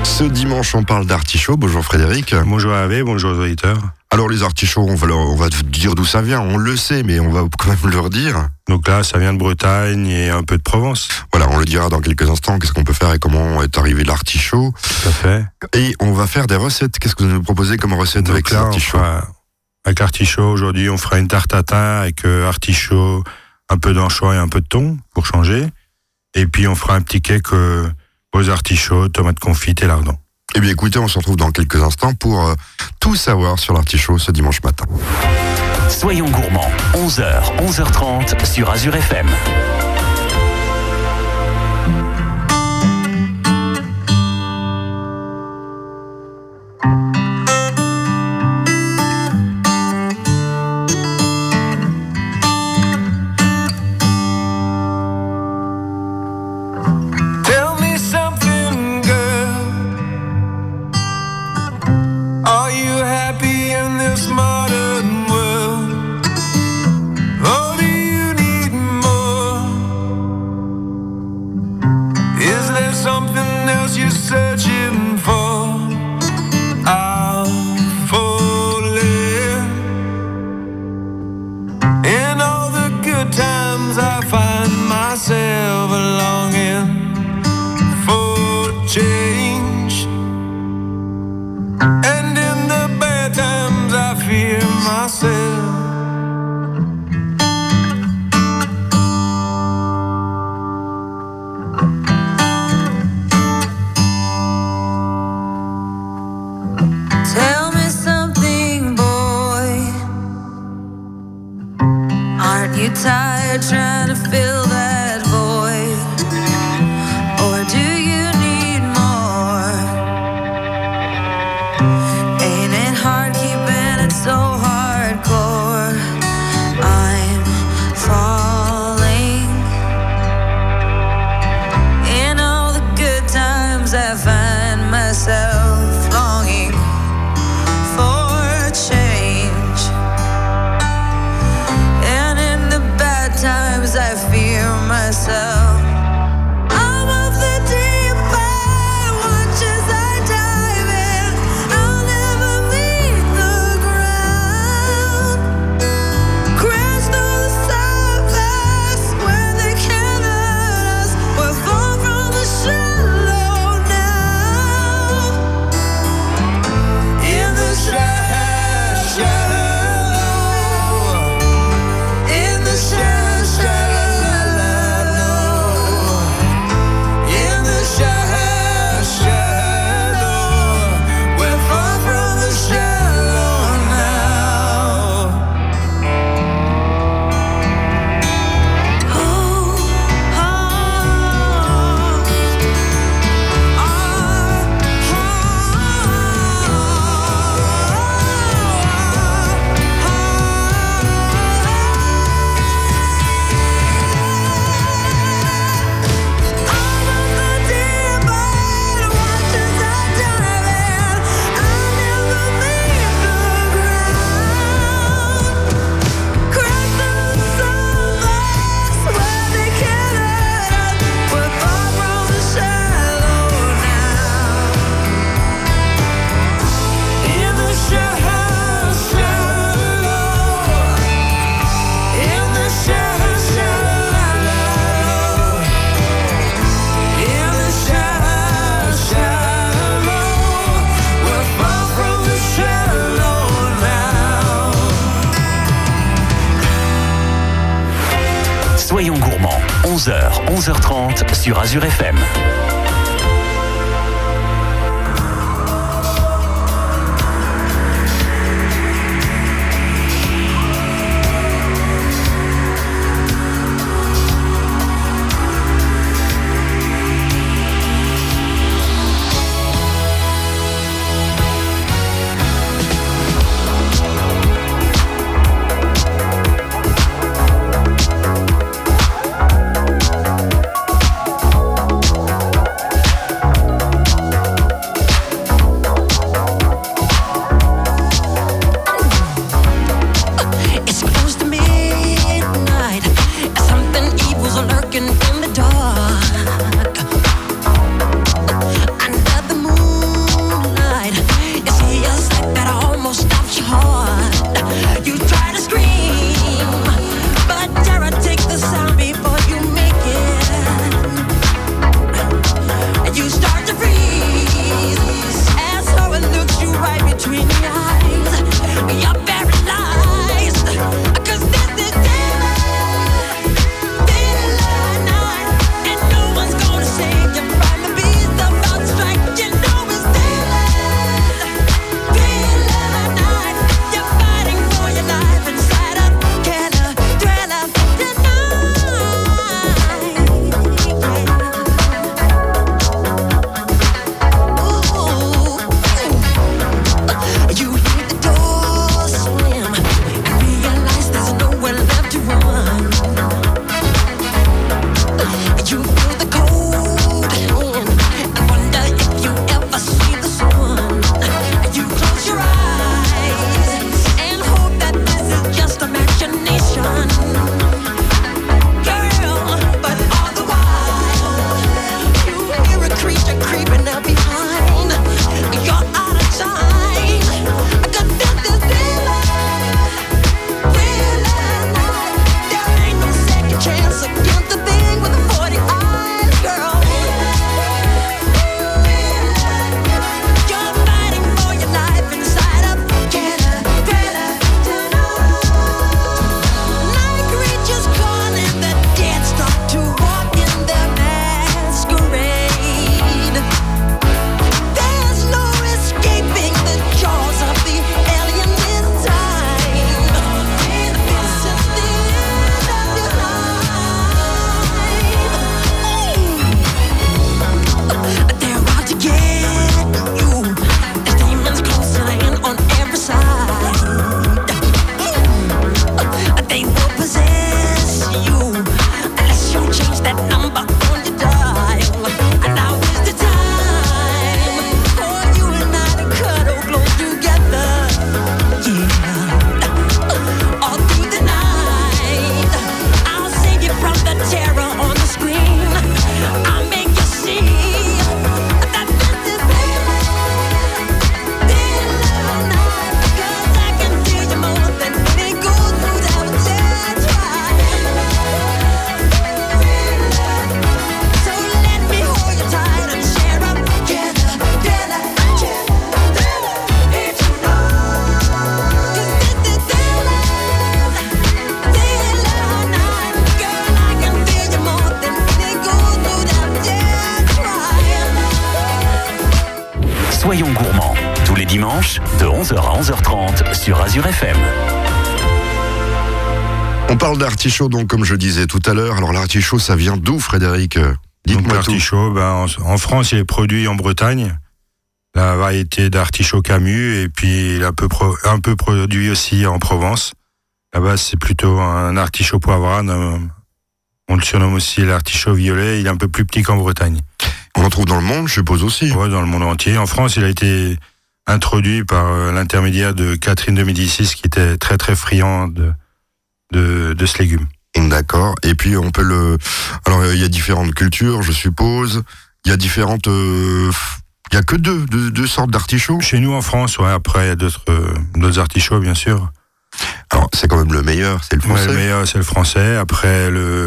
Ce dimanche, on parle d'artichauts. Bonjour Frédéric. Bonjour Hervé, bonjour aux auditeurs. Alors les artichauts, on va dire d'où ça vient, on le sait, mais on va quand même leur dire. Donc là, ça vient de Bretagne et un peu de Provence. Voilà, on le dira dans quelques instants, qu'est-ce qu'on peut faire et comment est arrivé l'artichaut. Tout à fait. Et on va faire des recettes. Qu'est-ce que vous nous proposez comme recette donc avec là, l'artichaut? Avec l'artichaut, aujourd'hui, on fera une tarte tatin avec artichaut, un peu d'anchois et un peu de thon, pour changer. Et puis on fera un petit cake aux artichauts, tomates confites et lardons. Eh bien écoutez, on se retrouve dans quelques instants pour tout savoir sur l'artichaut ce dimanche matin. Soyons gourmands, 11h, 11h30 sur Azure FM. Soyons gourmands, 11h, 11h30 sur Azure FM. Soyons gourmands, tous les dimanches, de 11h à 11h30 sur Azure FM. On parle d'artichaut, donc, comme je disais tout à l'heure. Alors, l'artichaut, ça vient d'où, Frédéric ? Dites-moi tout. L'artichaut, en France, il est produit en Bretagne. La variété d'artichaut Camus, et puis il est un peu produit aussi en Provence. Là-bas, c'est plutôt un artichaut poivrade. On le surnomme aussi l'artichaut violet. Il est un peu plus petit qu'en Bretagne. On en trouve dans le monde, je suppose aussi. Ouais, dans le monde entier. En France, il a été introduit par l'intermédiaire de Catherine de Médicis, qui était très très friande de ce légume. D'accord. Et puis on peut alors il y a différentes cultures, je suppose. Il y a différentes. Il y a que deux sortes d'artichauts. Chez nous en France, ouais. Après, il y a d'autres artichauts, bien sûr. Alors c'est quand même le meilleur, c'est le français. Ouais, le meilleur, c'est le français. Après,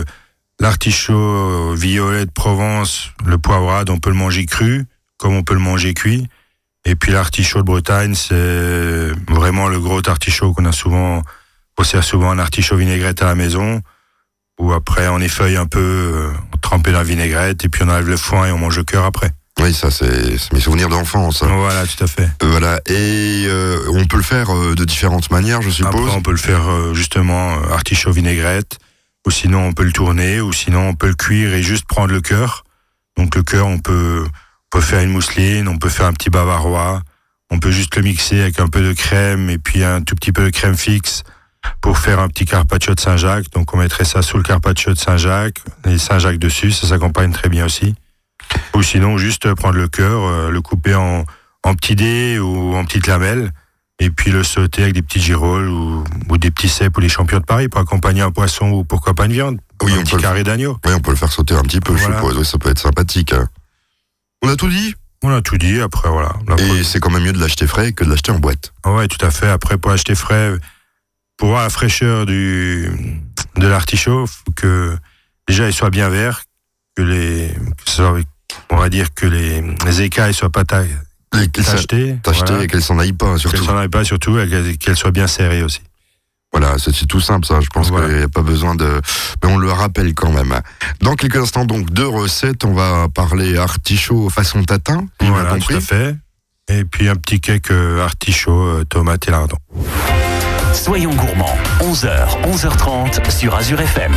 l'artichaut violet de Provence, le poivrade, on peut le manger cru, comme on peut le manger cuit. Et puis l'artichaut de Bretagne, c'est vraiment le gros artichaut qu'on a souvent. On sert souvent un artichaut vinaigrette à la maison, où après on effeuille un peu, on trempe dans la vinaigrette, et puis on enlève le foin et on mange le cœur après. Oui, ça c'est mes souvenirs d'enfance. Voilà, tout à fait. Voilà, et on peut le faire de différentes manières, je suppose. Après, on peut le faire justement artichaut vinaigrette, ou sinon on peut le tourner, ou sinon on peut le cuire et juste prendre le cœur. Donc le cœur, on peut faire une mousseline, on peut faire un petit bavarois, on peut juste le mixer avec un peu de crème et puis un tout petit peu de crème fixe pour faire un petit carpaccio de Saint-Jacques. Donc on mettrait ça sous le carpaccio de Saint-Jacques, et Saint-Jacques dessus, ça s'accompagne très bien aussi. Ou sinon juste prendre le cœur, le couper en petits dés ou en petites lamelles, et puis le sauter avec des petits girolles ou des petits cèpes ou des champignons de Paris pour accompagner un poisson ou pourquoi pas une viande. Oui, un petit carré d'agneau. Oui, on peut le faire sauter un petit peu, voilà. Je suppose. Oui, ça peut être sympathique. On a tout dit ? On a tout dit, après voilà. Et c'est quand même mieux de l'acheter frais que de l'acheter en boîte. Ouais, tout à fait. Après, pour acheter frais, pour voir la fraîcheur de l'artichaut, faut que déjà il soit bien vert, on va dire que les écailles soient pas tachetées, voilà. Et qu'elles s'en aillent pas, surtout. Qu'elles s'en aillent pas, surtout, et qu'elles soient bien serrées aussi. Voilà, c'est tout simple, ça. Je pense qu'il n'y a pas besoin de... Mais on le rappelle quand même. Dans quelques instants, donc, 2 recettes. On va parler artichaut façon tatin. Voilà, tout à fait. Et puis un petit cake artichaut, tomate et lardon. Soyons gourmands, 11h, 11h30 sur Azure FM.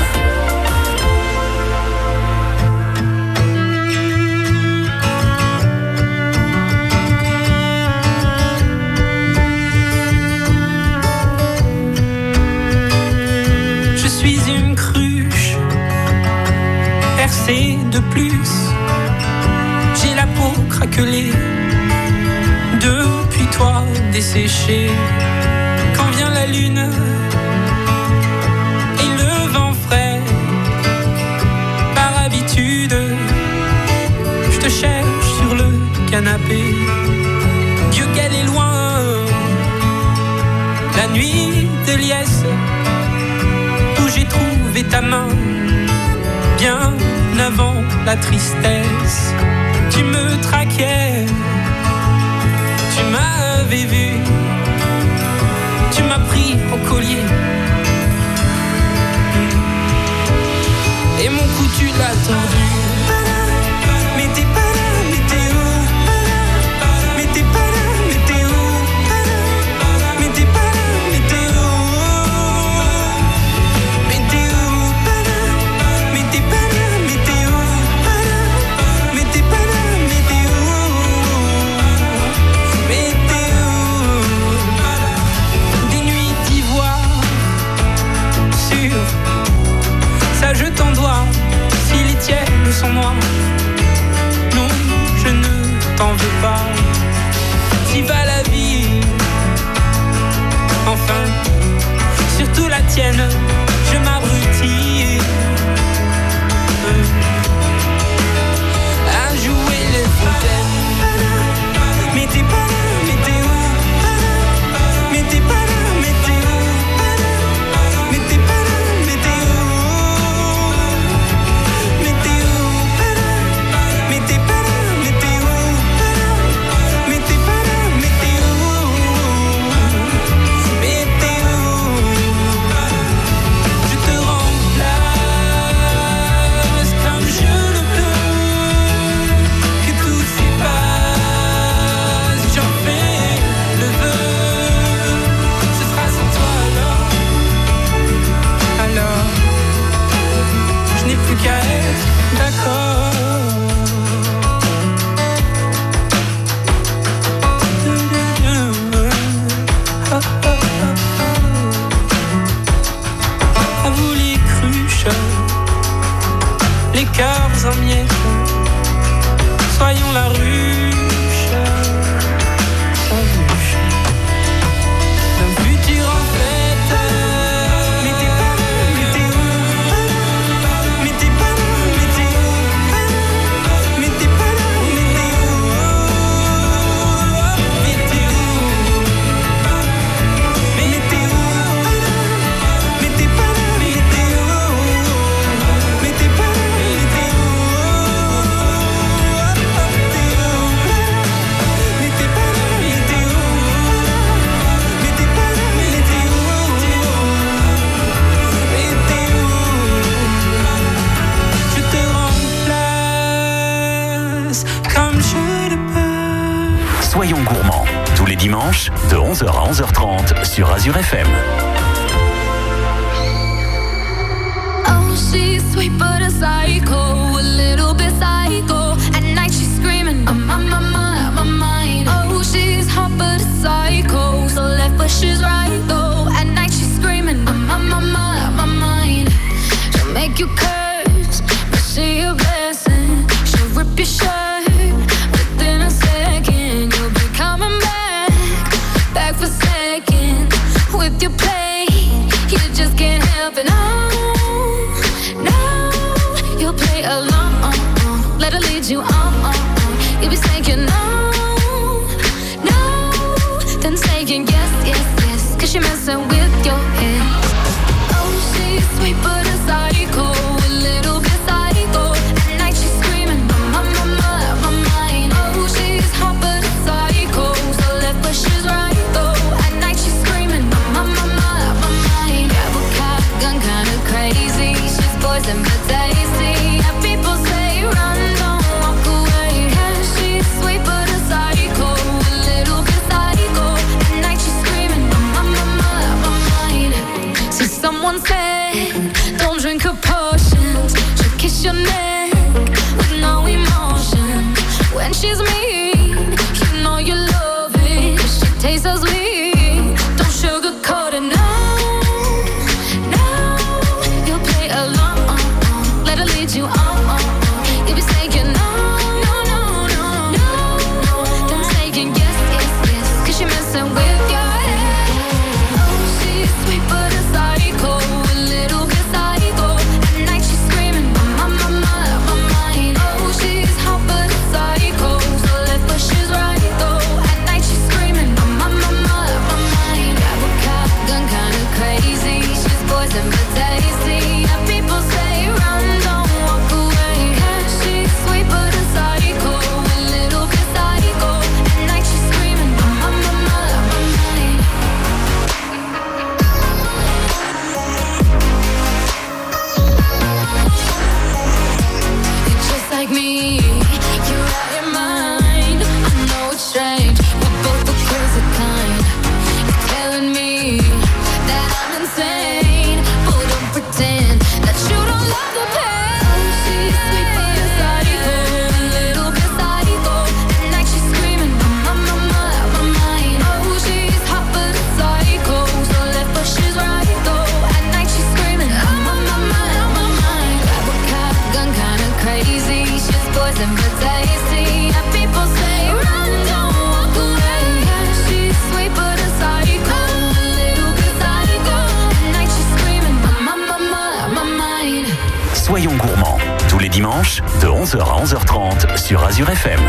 Je suis une cruche, percée de plus. J'ai la peau craquelée, depuis toi desséchée. Quand vient la lune et le vent frais, par habitude, je te cherche sur le canapé. Dieu qu'elle est loin, la nuit de liesse, où j'ai trouvé ta main, bien avant la tristesse. Tu me traquais, tu m'avais vu. Tu m'as pris au collier et mon cou tu l'as tordu. Mais t'es pas là, mais t'es où? Mais t'es pas là, mais t'es où? Mais t'es pas là, mais t'es où? Mais t'es où? Mais t'es pas là, mais t'es où? Mais t'es pas là, mais t'es où? Mais t'es où? Ça je t'en dois, si les tiennes sont noires. Non, je ne t'en veux pas. Si va la vie, enfin, surtout la tienne, je m'abrutis à jouer les fontaines. Mais t'es pas là, mais t'es où? Mais t'es pas là, mais t'es où? Mais t'es pas là, mais t'es où? Mais t'es où? Mais t'es pas là, mais t'es où? Mais t'es pas là, mais t'es où? Mais t'es où? Soyons gourmands, tous les dimanches de 11h à 11h30 sur Azure FM. Oh, she's sweet but a psycho, a little bit psycho. At night she's screaming, I'm on my mind. Oh, she's hot but a psycho, so left but she's right though. At night she's screaming, I'm on my mind. She'll make you curse, but she a blessing. She'll rip your shirt within a second. You'll be coming back for seconds with your play. You just can't help it. No, you'll play along. Let her lead you on. You'll be saying no, then saying yes, 'cause you're messing with your head. Oh, she's sweet but a psycho, a little bit psycho. At night she's screaming, my mind. Oh, she's hot but a psycho, so left but she's right though. At night she's screaming, my mind. Grab a cop gun, kinda crazy. She's poison but tasty. And people say run, don't walk away. Yeah, she's sweet but a psycho, a little bit psycho. At night she's screaming, my mind. See, someone said, don't drink her potions. She'll kiss your neck with no emotion. When she's mean, you know you love it. She tastes so sweet, don't sugarcoat it, no. You'll play along, let her lead you on. You'll be saying no, then saying yes, 'cause you're messing with your head. Oh, she's sweet but a psycho, a little bit psycho. At night she's screaming, my mind. Oh, she's hot but a psycho, so left but she's right though. At night she's screaming, my mind. Grab a cop gun, kinda crazy. She's poison but tasty. And people say run, don't walk away. Yeah, she's sweet but a psycho, a little bit psycho. At night she's screaming, my mind. You're just like me, you're out your mind. I know it's strange, we're both the crazy kind. You're telling me that I'm insane, but don't pretend that you don't love the pain. Oh, she's sweet but a psycho, a little bit psycho. At night she's screaming, my mind. Oh, she's hot but a psycho, so left but she's right though. At night she's screaming, my mind. Grab a cop gun, kinda crazy. She's poison but tasty. And people say run, don't walk away. Yeah, she's sweet but a psycho, a little bit psycho. At night she's screaming, my mind. Soyons gourmands, tous les dimanches de 11h à 11h30 sur Azure FM.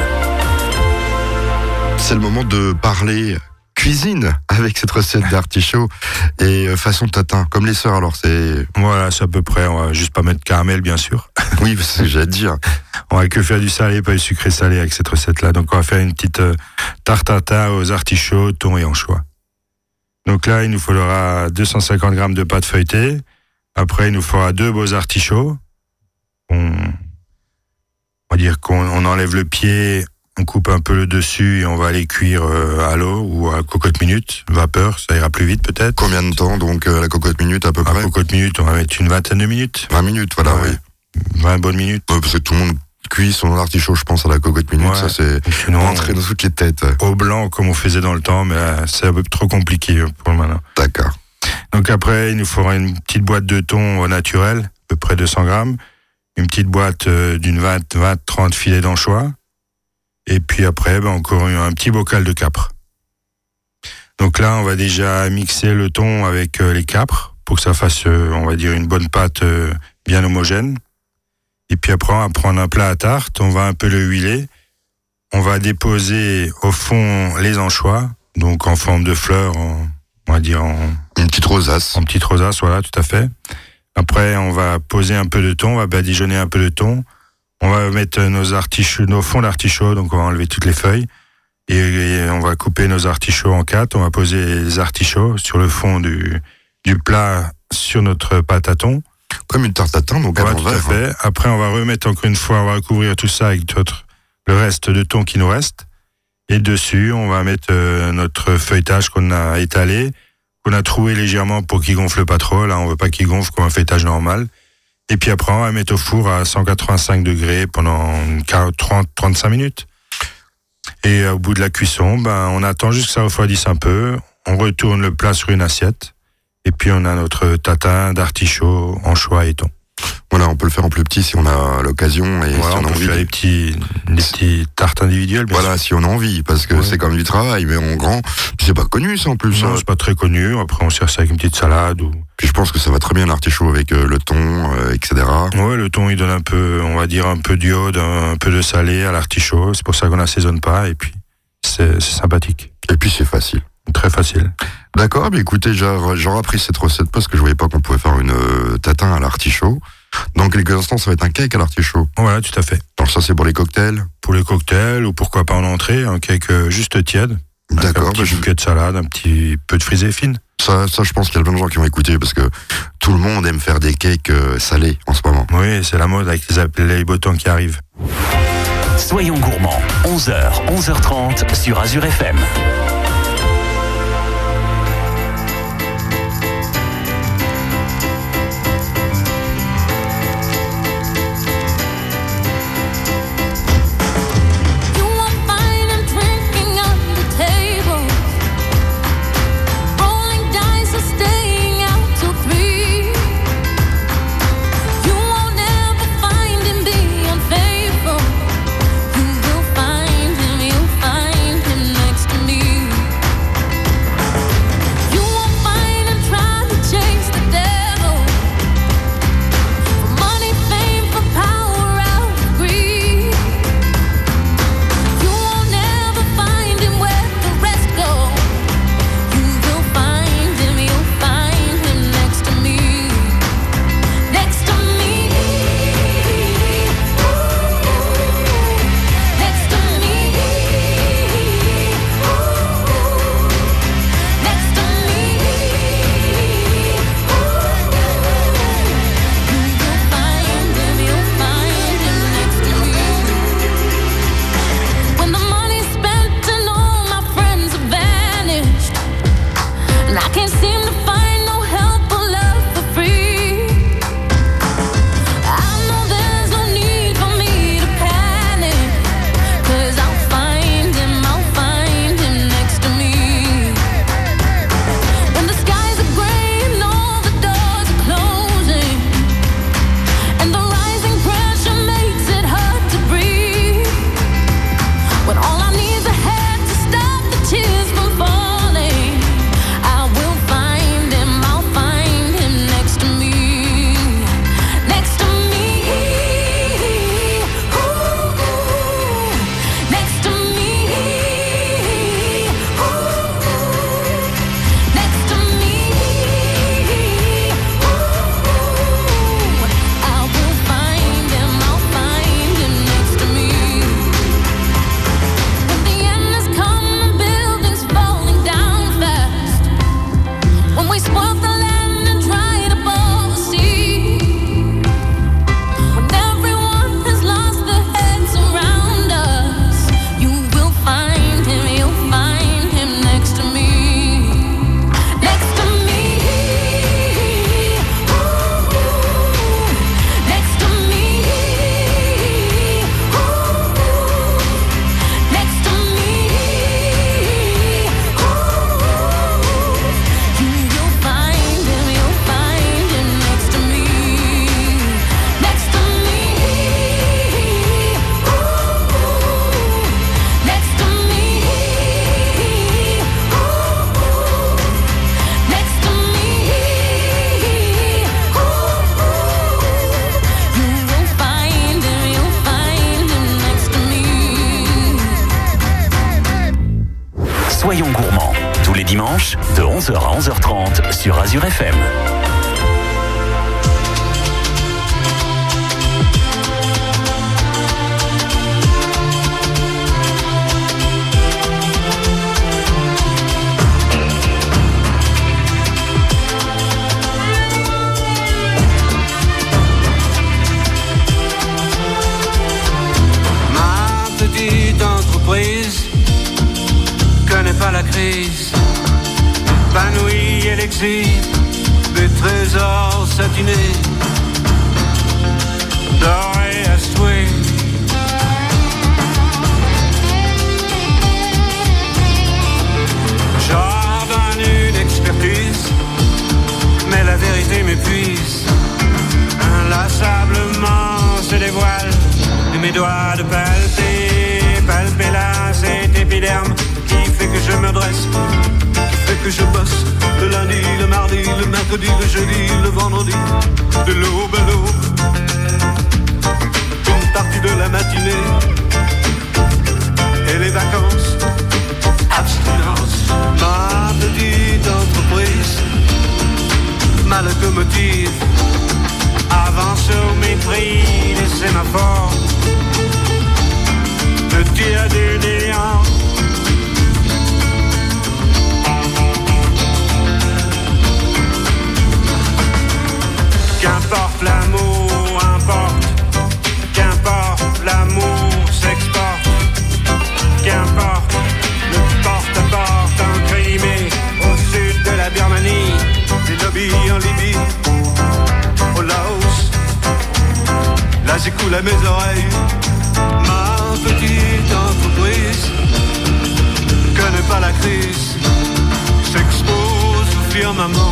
C'est le moment de parler cuisine avec cette recette d'artichaut et façon tatin, comme les sœurs. Alors c'est... Voilà, c'est à peu près. On va juste pas mettre caramel, bien sûr. Oui, c'est ce que j'allais te dire. On va que faire du salé, pas du sucré salé avec cette recette-là. Donc on va faire une petite tarte tatin aux artichauts, thon et anchois. Donc là, il nous faudra 250 grammes de pâte feuilletée. Après, il nous faudra 2 beaux artichauts. On va dire qu'on enlève le pied, on coupe un peu le dessus et on va les cuire à l'eau ou à cocotte minute, vapeur, ça ira plus vite peut-être. Combien de temps donc la cocotte minute à peu près? À cocotte minute, on va mettre une vingtaine de minutes. 20 minutes, voilà, Ouais. oui. 20 bonnes minutes. Ouais, parce que tout le monde cuit son artichaut, je pense, à la cocotte minute. Ouais. Ça, c'est Sinon, rentré dans toutes les têtes. au blanc comme on faisait dans le temps, mais c'est un peu trop compliqué pour le maintenant. D'accord. Donc après, il nous faudra une petite boîte de thon au naturel, à peu près 200 grammes. Une petite boîte d'une 20-30 filets d'anchois. Et puis après, encore un petit bocal de capres. Donc là, on va déjà mixer le thon avec les capres pour que ça fasse, on va dire, une bonne pâte bien homogène. Et puis après, on va prendre un plat à tarte, on va un peu le huiler. On va déposer au fond les anchois, donc en forme de fleurs, on va dire une petite rosace. En petite rosace, voilà, tout à fait. Après, on va poser un peu de thon, on va badigeonner un peu de thon. On va mettre nos fonds d'artichaut, donc on va enlever toutes les feuilles. Et on va couper nos artichauts en 4. On va poser les artichauts sur le fond du plat sur notre pâte à thon. Comme une tarte à thon, donc à Ouais, l'envers. tout à fait. Après, on va remettre encore une fois, on va recouvrir tout ça avec le reste de thon qui nous reste. Et dessus, on va mettre notre feuilletage qu'on a étalé, qu'on a troué légèrement pour qu'il gonfle pas trop. Là, on veut pas qu'il gonfle comme un feuilletage normal. Et puis après, on va mettre au four à 185 degrés pendant 30-35 minutes. Et au bout de la cuisson, on attend juste que ça refroidisse un peu. On retourne le plat sur une assiette. Et puis on a notre tatin d'artichaut, anchois et thon. Voilà, on peut le faire en plus petit si on a l'occasion et voilà, si on a envie. Faire des petits tartes individuelles. Voilà, si on a envie, parce que c'est comme du travail, mais en grand, c'est pas connu ça en plus. Non, c'est pas très connu. Après, on sert ça avec une petite salade ou. Puis je pense que ça va très bien l'artichaut avec le thon, etc. Ouais, le thon il donne un peu, on va dire un peu d'iode, un peu de salé à l'artichaut. C'est pour ça qu'on n'assaisonne pas et puis c'est sympathique. Et puis c'est facile. Très facile. D'accord, mais écoutez, j'ai repris cette recette parce que je voyais pas qu'on pouvait faire une tatin à l'artichaut. Dans quelques instants, ça va être un cake à l'artichaut. Voilà, tout à fait. Alors ça, c'est pour les cocktails. Pour les cocktails ou pourquoi pas en entrée, un cake juste tiède. D'accord. Un petit bouquet de salade, un petit peu de frisée fine. Ça, je pense qu'il y a plein de gens qui vont écouter parce que tout le monde aime faire des cakes salés en ce moment. Oui, c'est la mode avec les beaux temps qui arrivent. Soyons gourmands, 11h, 11h30 sur Azure FM. Soyons gourmands, tous les dimanches, de 11h à 11h30 sur Azure FM. Ma petite entreprise pas la crise, épanouie et l'exhibe des trésors satinés, dorés à souhait. J'ordonne une expertise, mais la vérité m'épuise. Inlassablement se dévoile et mes doigts de palper là cet épiderme qui fait que je me dresse, qui fait que je bosse le lundi, le mardi, le mercredi, le jeudi, le vendredi, de l'aube à l'aube, une partie de la matinée et les vacances, abstinence, ma petite entreprise, ma locomotive avance au mépris des sémaphores, le tir du néant. Qu'importe l'amour, importe, qu'importe l'amour s'exporte, qu'importe le porte-à-porte en Crimée, au sud de la Birmanie, des lobbies en Libye, au Laos, là j'écoule à mes oreilles, ma petite entreprise connaît pas la crise, s'expose au firmament,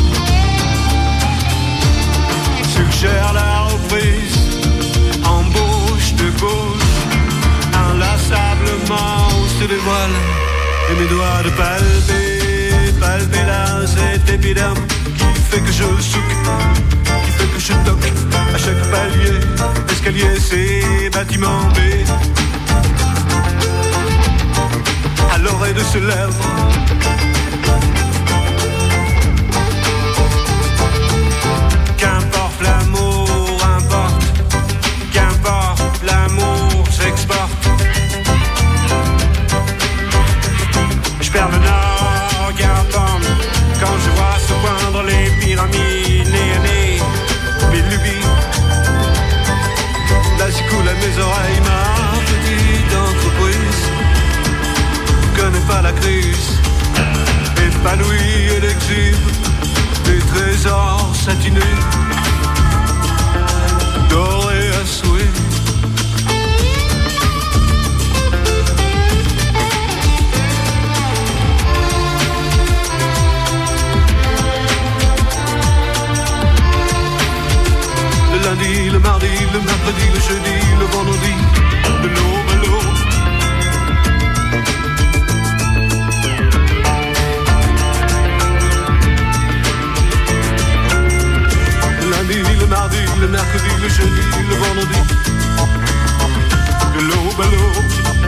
suggère la reprise, embauche de gauche, inlassablement se dévoile, et mes doigts de palper là cet épiderme qui fait que je souque, qui fait que je toque à chaque palier, escalier, c'est bâtiment B, à l'oreille de ce lèvre. Qu'importe l'amour, importe, qu'importe l'amour s'exporte. Je perds mon organe quand je vois se poindre les pyramides, nez, mes lubies. Là j'écoule à mes oreilles, ma petite entreprise connaît pas la crise, épanouie et l'exhibe des trésors satinés, dorés à souhait. Le lundi, le mardi, le mercredi, le jeudi, le vendredi, de l'aube à l'aube. Le mardi, le mercredi, le jeudi, le vendredi, de l'aube à l'aube.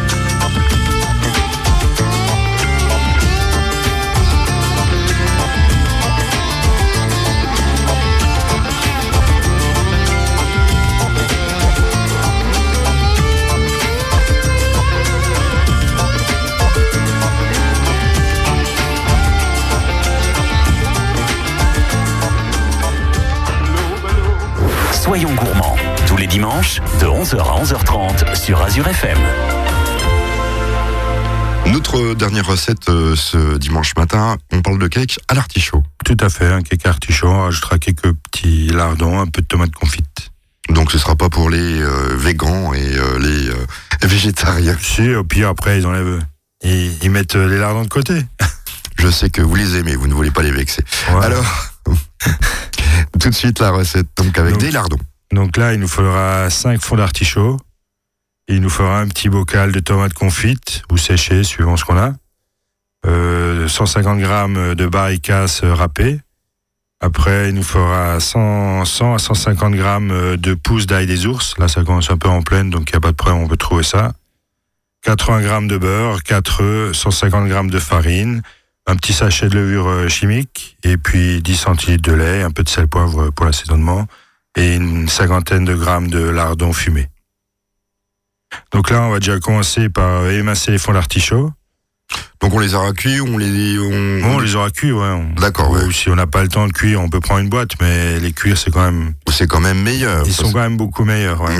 Soyons gourmands, tous les dimanches, de 11h à 11h30 sur Azure FM. Notre dernière recette ce dimanche matin, on parle de cake à l'artichaut. Tout à fait, un cake artichaut, on rajoutera quelques petits lardons, un peu de tomates confites. Donc ce sera pas pour les végans et les végétariens. Si, au pire après ils enlèvent et ils mettent les lardons de côté. Je sais que vous les aimez, vous ne voulez pas les vexer. Ouais. Alors, tout de suite la recette, donc avec des lardons. Donc là, il nous faudra 5 fonds d'artichaut. Il nous faudra un petit bocal de tomates confites ou séchées, suivant ce qu'on a. 150 grammes de barricas râpées. Après, il nous faudra 100 à 150 grammes de pousses d'ail des ours. Là, ça commence un peu en pleine, donc il n'y a pas de problème, on peut trouver ça. 80 grammes de beurre, 4 œufs, 150 grammes de farine, un petit sachet de levure chimique, et puis 10 centilitres de lait, un peu de sel, poivre pour l'assaisonnement, et une 50aine de grammes de lardons fumés. Donc là, on va déjà commencer par émincer les fonds d'artichaut. Donc on les aura cuits ou on les aura cuits, ouais. D'accord, ouais. Ou si on n'a pas le temps de cuire, on peut prendre une boîte, mais les cuire, c'est quand même... C'est quand même meilleur. Ils sont quand même beaucoup meilleurs, ouais. Oui.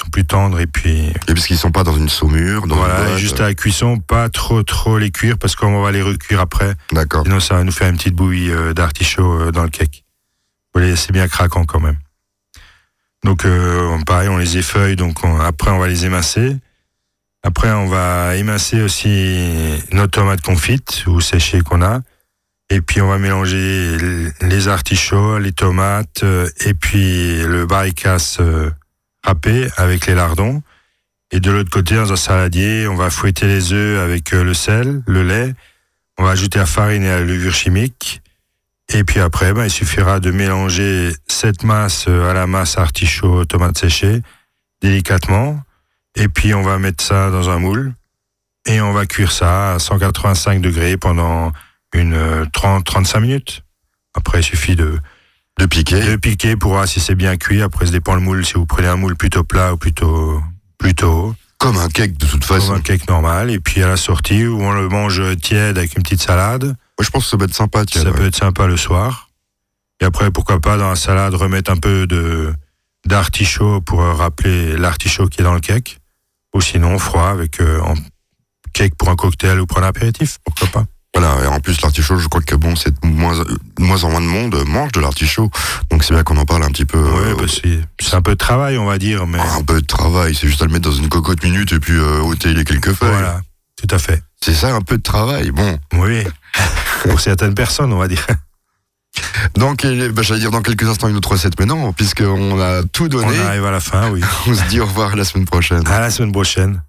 sont plus tendres et puis Et puisqu'ils sont pas dans une saumure, dans une voilà, boîte. et juste à la cuisson, pas trop les cuire parce qu'on va les recuire après. D'accord. Sinon, ça va nous faire une petite bouillie d'artichaut dans le cake. Faut les laisser bien craquant quand même. Donc, pareil, on les effeuille. Donc, après, on va les émincer. Après, on va émincer aussi nos tomates confites ou séchées qu'on a. Et puis, on va mélanger les artichauts, les tomates et puis le baricas râpé avec les lardons. Et de l'autre côté, dans un saladier, on va fouetter les œufs avec le sel, le lait. On va ajouter la farine et la levure chimique. Et puis après, il suffira de mélanger cette masse à la masse artichaut, tomates séchées, délicatement. Et puis, on va mettre ça dans un moule. Et on va cuire ça à 185 degrés pendant une 30-35 minutes. Après, il suffit de piquer pour voir si c'est bien cuit. Après, ça dépend le moule. Si vous prenez un moule plutôt plat ou plutôt haut. Comme un cake de toute façon. Comme un cake normal. Et puis, à la sortie, où on le mange tiède avec une petite salade. Moi, je pense que ça peut être sympa. Tiens, Ça peut être sympa le soir. Et après, pourquoi pas, dans la salade, remettre un peu d'artichaut pour rappeler l'artichaut qui est dans le cake. Ou sinon, froid, avec un cake pour un cocktail ou pour un apéritif. Pourquoi pas. Voilà, et en plus l'artichaut, je crois que bon, c'est de moins en moins de monde mange de l'artichaut, donc c'est bien qu'on en parle un petit peu. C'est un peu de travail, on va dire, mais Un peu de travail, c'est juste à le mettre dans une cocotte minute et puis ôter les quelques feuilles. voilà, tout à fait. C'est ça, un peu de travail. Bon, Oui, pour certaines personnes, on va dire. donc j'allais dire dans quelques instants une autre recette, mais non, puisqu'on a tout donné. On arrive à la fin, oui. On se dit au revoir la semaine prochaine. À la semaine prochaine.